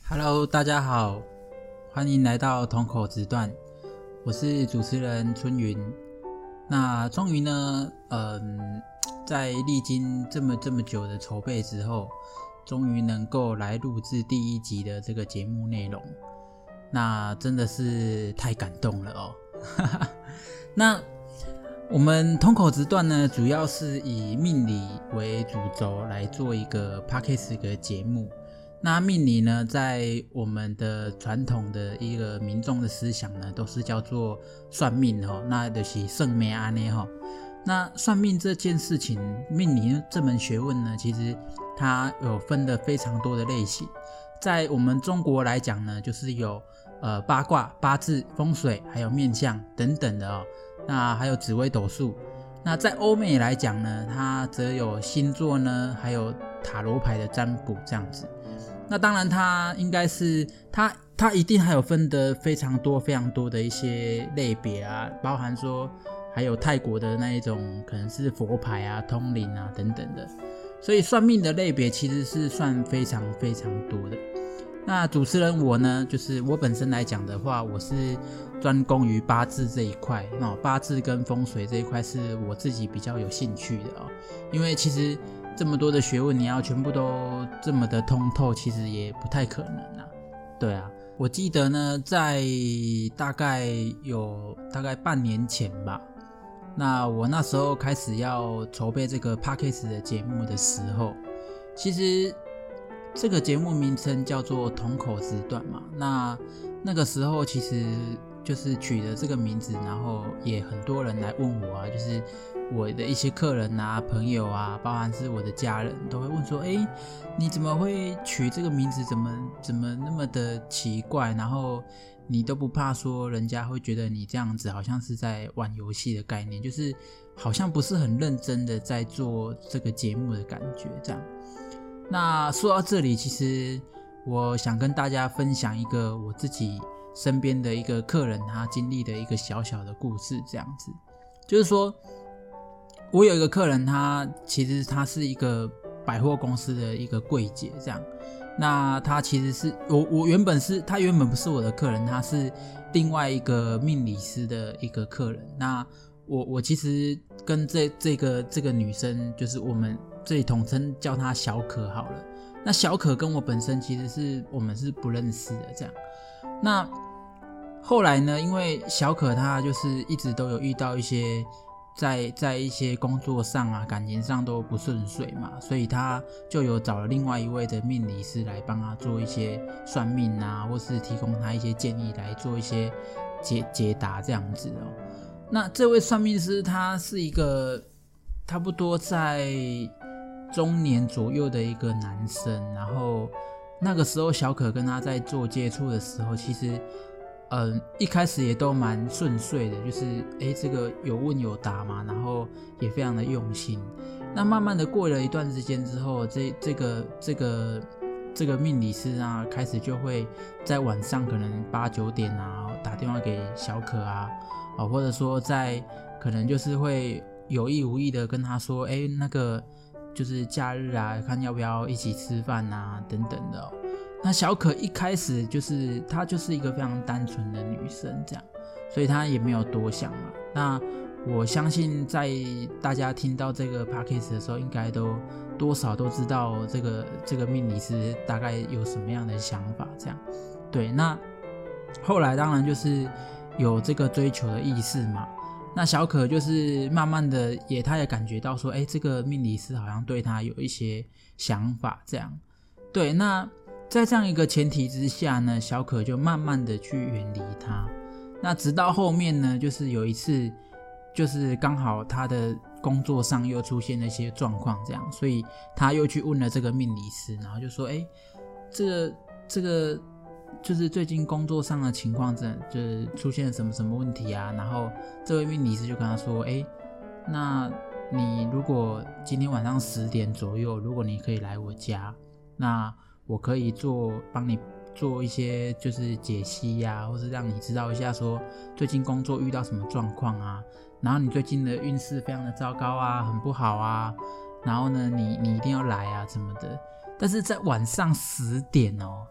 Hello， 大家好，欢迎来到同口直断，我是主持人春云。那终于呢，在历经这么久的筹备之后，终于能够来录制第一集的这个节目内容，那真的是太感动了哦。那我们同口直断呢，主要是以命理为主轴来做一个 Podcast 的节目。那命理呢，在我们的传统的一个民众的思想呢，都是叫做算命那就是算命这样那算命这件事情，命理这门学问呢，其实它有分的非常多的类型。在我们中国来讲呢，就是有八卦、八字、风水，还有面相等等的那还有紫微斗数。那在欧美来讲呢，它则有星座呢，还有塔罗牌的占卜这样子。那当然它应该是它一定还有分得非常多的一些类别啊，包含说还有泰国的那一种可能是佛牌啊、通灵啊等等的。所以算命的类别其实是算非常多的。那主持人我呢，就是我本身来讲的话，我是专攻于八字这一块，八字跟风水这一块是我自己比较有兴趣的因为其实这么多的学问，你要全部都这么的通透，其实也不太可能啊。对啊，我记得呢，在大概半年前吧，那我那时候开始要筹备这个 Podcast 的节目的时候，其实这个节目名称叫做同口直断嘛，那个时候其实就是取了这个名字，然后也很多人来问我啊，就是我的一些客人啊、朋友啊，包含是我的家人，都会问说，你怎么会取这个名字？怎么那么的奇怪？然后你都不怕说人家会觉得你这样子好像是在玩游戏的概念，就是好像不是很认真的在做这个节目的感觉这样。那说到这里，其实我想跟大家分享一个我自己身边的一个客人他经历的一个小小的故事这样子。就是说我有一个客人，其实他是一个百货公司的一个柜姐这样。那他其实是他原本不是我的客人，他是另外一个命理师的一个客人。那我其实跟这个女生，就是我们这里统称叫她小可好了。那小可跟我本身其实我们是不认识的这样。那后来呢，因为小可她就是一直都有遇到一些在一些工作上啊、感情上都不顺遂嘛，所以她就有找了另外一位的命理师来帮她做一些算命啊，或是提供她一些建议来做一些解答这样子那这位算命师他是一个差不多在中年左右的一个男生，然后那个时候小可跟他在做接触的时候，其实一开始也都蛮顺遂的，就是这个有问有答嘛，然后也非常的用心。那慢慢的过了一段时间之后，这个命理师啊，开始就会在晚上可能8、9点啊打电话给小可啊，或者说可能就是会有意无意的跟他说，那个就是假日啊，看要不要一起吃饭啊等等的那小可一开始她就是一个非常单纯的女生这样，所以她也没有多想嘛。那我相信在大家听到这个 podcast 的时候，应该都多少都知道这个命理师大概有什么样的想法这样。对，那后来当然就是有这个追求的意识嘛。那小可就是慢慢的她也感觉到说，这个命理师好像对她有一些想法这样。对，那在这样一个前提之下呢，小可就慢慢的去远离他。那直到后面呢，就是有一次，就是刚好他的工作上又出现了一些状况这样，所以他又去问了这个命理师，然后就说这个就是最近工作上的情况就是出现了什么问题啊。然后这位命理师就跟他说，那你如果今天晚上10点左右，如果你可以来我家，那我可以帮你做一些就是解析啊，或是让你知道一下说最近工作遇到什么状况啊，然后你最近的运势非常的糟糕啊，很不好啊，然后呢你一定要来啊什么的。但是在晚上10点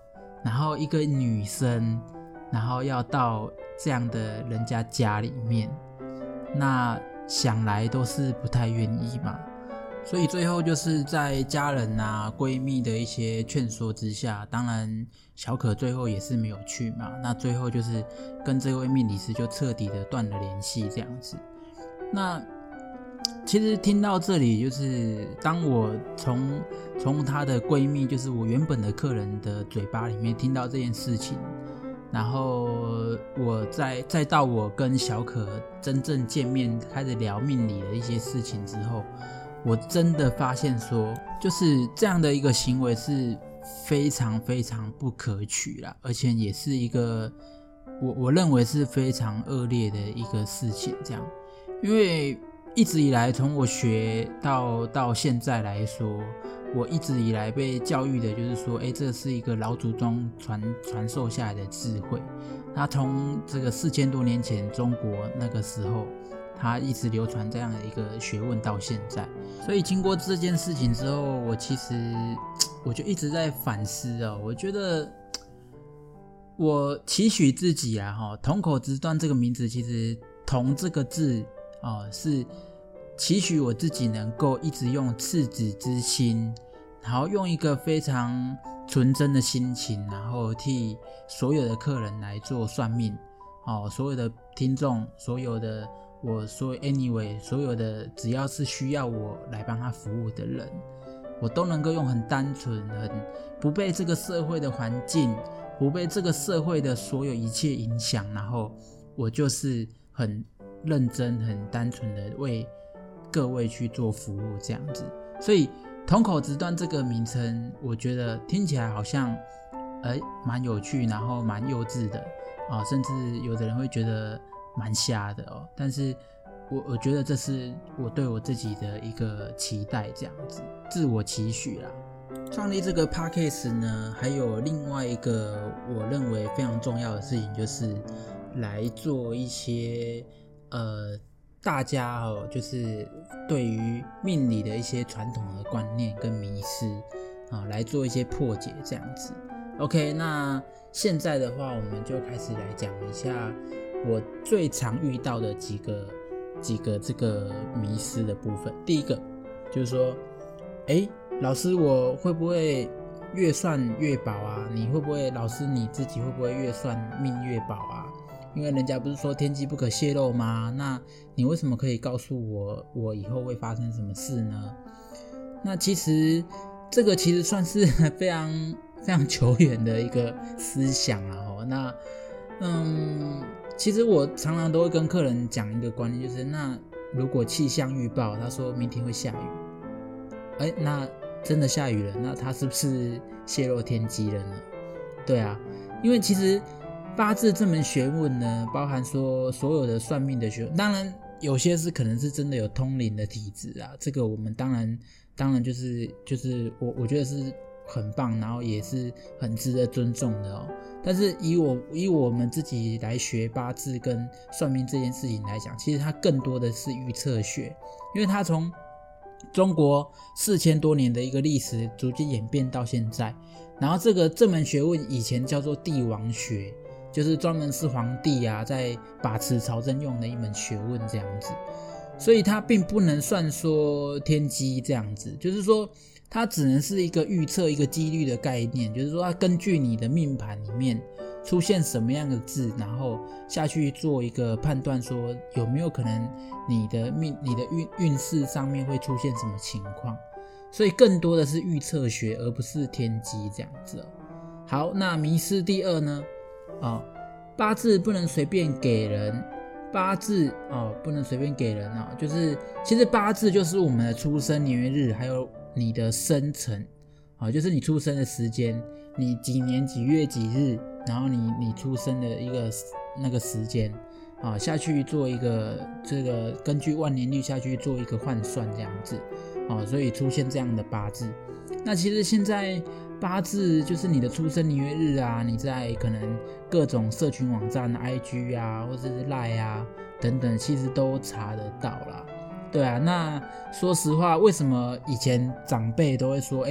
然后一个女生，然后要到这样的人家家里面，那想来都是不太愿意嘛。所以最后就是在家人啊、闺蜜的一些劝说之下，当然小可最后也是没有去嘛。那最后就是跟这位命理师就彻底的断了联系这样子。那其实听到这里，就是当我从她的闺蜜，就是我原本的客人的嘴巴里面听到这件事情，然后我再到我跟小可真正见面开始聊命理的一些事情之后，我真的发现说，就是这样的一个行为是非常非常不可取啦，而且也是一个我认为是非常恶劣的一个事情这样。因为一直以来从我学到现在来说，我一直以来被教育的就是说，这是一个老祖宗传授下来的智慧，那从这个4000多年前中国那个时候，它一直流传这样的一个学问到现在。所以经过这件事情之后，我就一直在反思哦。我觉得我期许自己啊，同口直断这个名字，其实同这个字是期许我自己能够一直用赤子之心，然后用一个非常纯真的心情，然后替所有的客人来做算命，所有的听众，所有的我说 anyway， 所有的只要是需要我来帮他服务的人，我都能够用很单纯、很不被这个社会的环境、不被这个社会的所有一切影响，然后我就是很认真、很单纯的为各位去做服务这样子。所以同口直断这个名称，我觉得听起来好像蛮有趣，然后蛮幼稚的甚至有的人会觉得蛮瞎的但是我觉得这是我对我自己的一个期待，这样子自我期许啦。创立这个 podcast 呢，还有另外一个我认为非常重要的事情，就是来做一些大家就是对于命理的一些传统的观念跟迷思来做一些破解这样子。OK， 那现在的话，我们就开始来讲一下我最常遇到的几个这个迷思的部分。第一个就是说，老师，我会不会越算越薄啊？你会不会，老师你自己会不会越算命越薄啊？因为人家不是说天机不可泄露吗？那你为什么可以告诉我以后会发生什么事呢？那其实这个其实算是非常非常久远的一个思想啦那其实我常常都会跟客人讲一个观念，就是那如果气象预报他说明天会下雨，那真的下雨了，那他是不是泄露天机了呢？对啊，因为其实八字这门学问呢，包含说所有的算命的学问，当然有些是可能是真的有通灵的体质啊，这个我们当然就是我觉得是很棒，然后也是很值得尊重的但是以我们自己来学八字跟算命这件事情来讲，其实它更多的是预测学，因为它从中国4000多年的一个历史逐渐演变到现在，然后这门学问以前叫做帝王学，就是专门是皇帝在把持朝政用的一门学问这样子，所以它并不能算说天机这样子，就是说它只能是一个预测一个几率的概念，就是说它根据你的命盘里面出现什么样的字，然后下去做一个判断，说有没有可能你的运势上面会出现什么情况，所以更多的是预测学而不是天机这样子好，那迷思第二呢八字不能随便给人，八字不能随便给人就是其实八字就是我们的出生年月日，还有你的生辰就是你出生的时间，你几年几月几日，然后你出生的一个那个时间下去做一个这个根据万年历下去做一个换算这样子所以出现这样的八字。那其实现在八字就是你的出生年月日你在可能各种社群网站IG 或者是 LINE 等等，其实都查得到啦。对啊，那说实话，为什么以前长辈都会说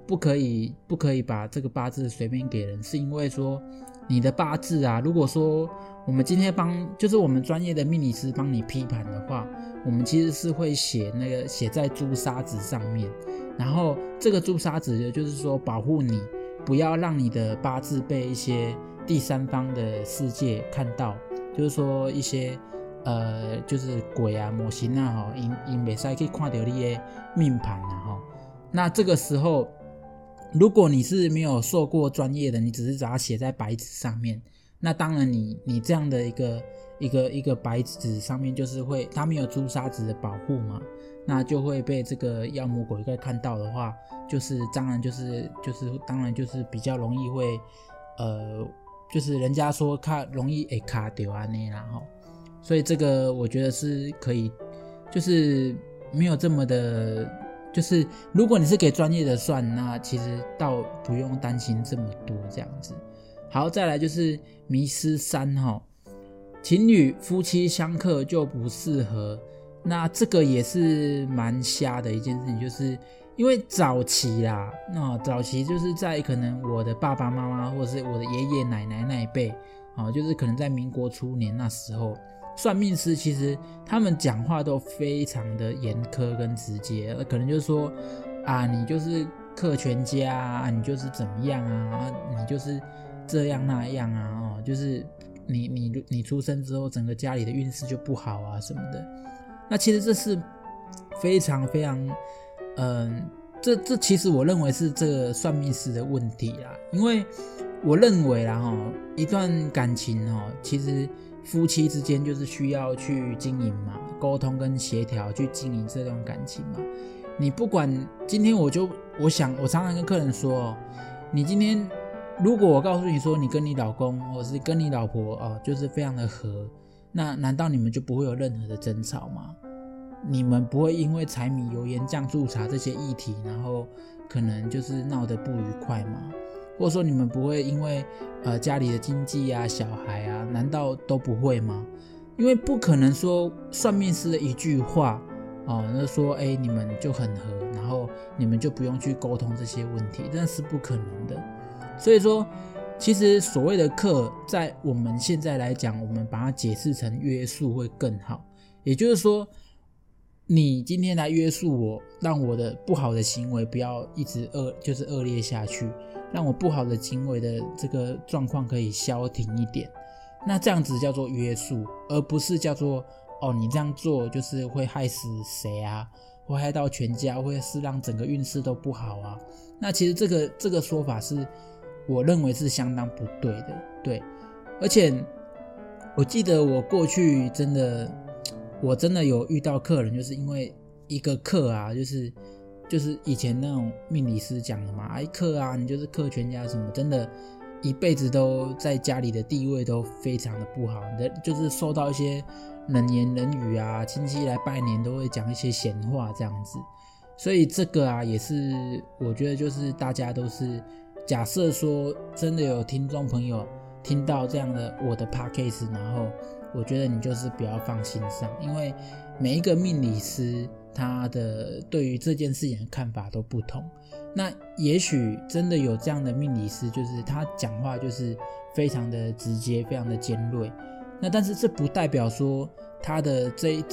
不可以把这个八字随便给人，是因为说你的八字啊，如果说我们今天就是我们专业的命理师帮你批盘的话，我们其实是会写在朱砂纸上面，然后这个朱砂纸就是说保护你，不要让你的八字被一些第三方的世界看到，就是说一些就是鬼啊魔神啊因不可以看到你的命盘啊那这个时候如果你是没有受过专业的，你只是把它写在白纸上面，那当然你这样的一个白纸上面就是会它没有朱砂纸的保护嘛，那就会被这个妖魔鬼怪看到的话，当然就是比较容易会就是人家说容易会卡到这样啦所以这个我觉得是可以，就是没有这么的，就是如果你是给专业的算，那其实倒不用担心这么多这样子。好，再来就是迷失3情侣夫妻相克就不适合，那这个也是蛮瞎的一件事情，就是因为早期啦，早期就是在可能我的爸爸妈妈或者是我的爷爷奶奶那一辈就是可能在民国初年那时候，算命师其实他们讲话都非常的严苛跟直接，可能就是说你就是克全家啊，你就是怎么样啊，你就是这样那样啊就是你出生之后整个家里的运势就不好啊什么的。那其实这是非常非常这其实我认为是这个算命师的问题啦，因为我认为啦一段感情其实夫妻之间就是需要去经营嘛，沟通跟协调去经营这段感情嘛。你不管今天我常常跟客人说你今天如果我告诉你说你跟你老公或者是跟你老婆就是非常的合，那难道你们就不会有任何的争吵吗？你们不会因为柴米油盐酱醋茶这些议题然后可能就是闹得不愉快吗？或者说你们不会因为家里的经济啊小孩啊难道都不会吗？因为不可能说算命师的一句话那说你们就很合，然后你们就不用去沟通这些问题，那是不可能的。所以说其实所谓的克在我们现在来讲，我们把它解释成约束会更好，也就是说你今天来约束我，让我的不好的行为不要一直恶劣下去，让我不好的行为的这个状况可以消停一点，那这样子叫做约束，而不是叫做你这样做就是会害死谁啊，会害到全家，会是让整个运势都不好啊。那其实这个说法是我认为是相当不对的，对。而且我记得我过去我真的有遇到客人，就是因为一个克就是以前那种命理师讲的嘛，克你就是克全家什么，真的一辈子都在家里的地位都非常的不好，就是受到一些冷言冷语啊，亲戚来拜年都会讲一些闲话这样子。所以这个也是我觉得就是大家都是假设说真的有听众朋友听到这样的我的 podcast， 然后我觉得你就是不要放心上，因为每一个命理师他的对于这件事情的看法都不同。那也许真的有这样的命理师，就是他讲话就是非常的直接，非常的尖锐。那但是这不代表说他的这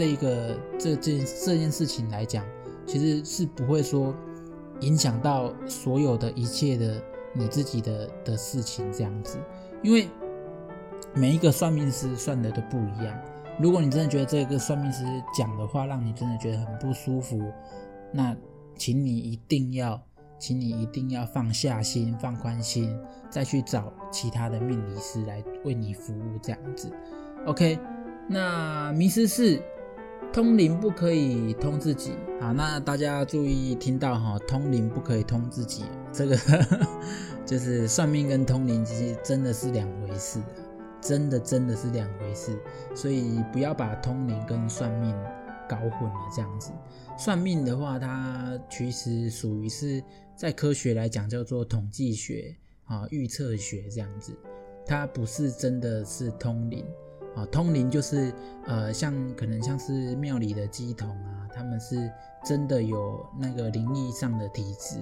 件事情来讲，其实是不会说影响到所有的一切的你自己的事情这样子。因为每一个算命师算的都不一样，如果你真的觉得这个算命师讲的话让你真的觉得很不舒服，那请你一定要放下心，放宽心，再去找其他的命理师来为你服务这样子。 OK， 那迷思4，通灵不可以通自己。好，那大家注意听到通灵不可以通自己，这个就是算命跟通灵其实真的是两回事真的是两回事，所以不要把通灵跟算命搞混了这样子。算命的话它其实属于是在科学来讲叫做统计学预测学这样子，它不是真的是通灵通灵就是可能像是庙里的乩童他们是真的有那个灵异上的体质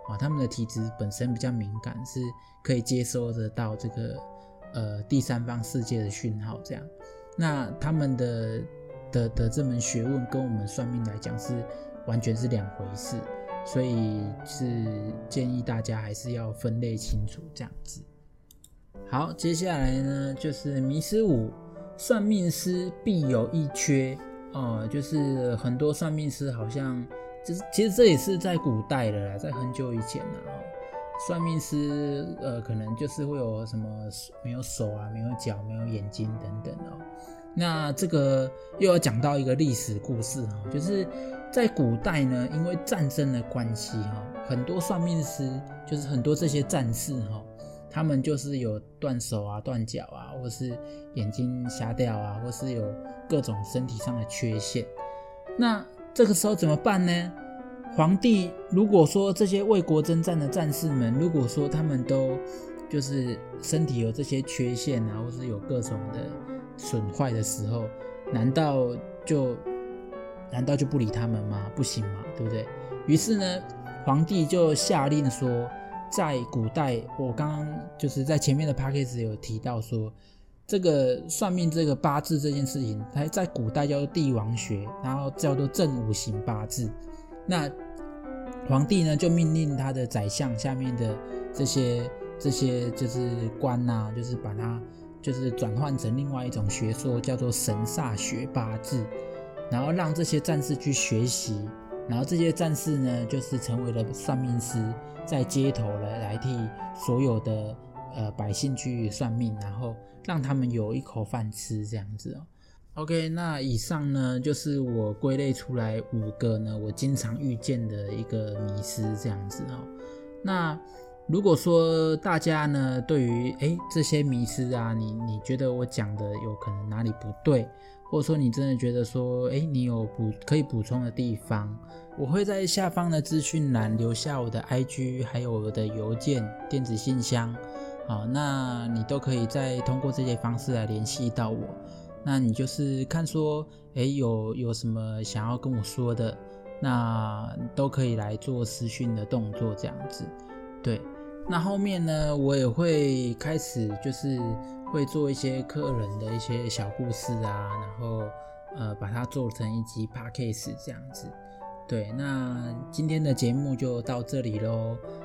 他们的体质本身比较敏感，是可以接收得到这个第三方世界的讯号这样。那他们的这门学问跟我们算命来讲是完全是两回事，所以是建议大家还是要分类清楚这样子。好，接下来呢就是迷思5，算命师必有一缺就是很多算命师好像其实这也是在古代了啦，在很久以前算命师可能就是会有什么没有手啊，没有脚，没有眼睛等等那这个又要讲到一个历史故事就是在古代呢，因为战争的关系很多算命师就是很多这些战士他们就是有断手啊、断脚啊，或是眼睛瞎掉啊，或是有各种身体上的缺陷。那这个时候怎么办呢？皇帝如果说这些为国征战的战士们，如果说他们都就是身体有这些缺陷啊，或是有各种的损坏的时候，难道就不理他们吗？不行嘛，对不对？于是呢，皇帝就下令说，在古代，我刚刚就是在前面的 podcast 有提到说，这个算命这个八字这件事情，它在古代叫做帝王学，然后叫做正五行八字。那皇帝呢就命令他的宰相下面的这些就是官啊，就是把它就是转换成另外一种学说，叫做神煞学八字，然后让这些战士去学习，然后这些战士呢就是成为了算命师，在街头来替所有的百姓去算命，然后让他们有一口饭吃这样子OK， 那以上呢就是我归类出来5个呢我经常遇见的一个迷思这样子那如果说大家呢对于这些迷思啊，你觉得我讲的有可能哪里不对，或者说你真的觉得说你有可以补充的地方，我会在下方的资讯栏留下我的 IG 还有我的邮件电子信箱那你都可以再通过这些方式来联系到我。那你就是看说有什么想要跟我说的，那都可以来做私讯的动作这样子。对，那后面呢我也会开始就是会做一些客人的一些小故事啊，然后把它做成一集 podcast 这样子。对，那今天的节目就到这里咯。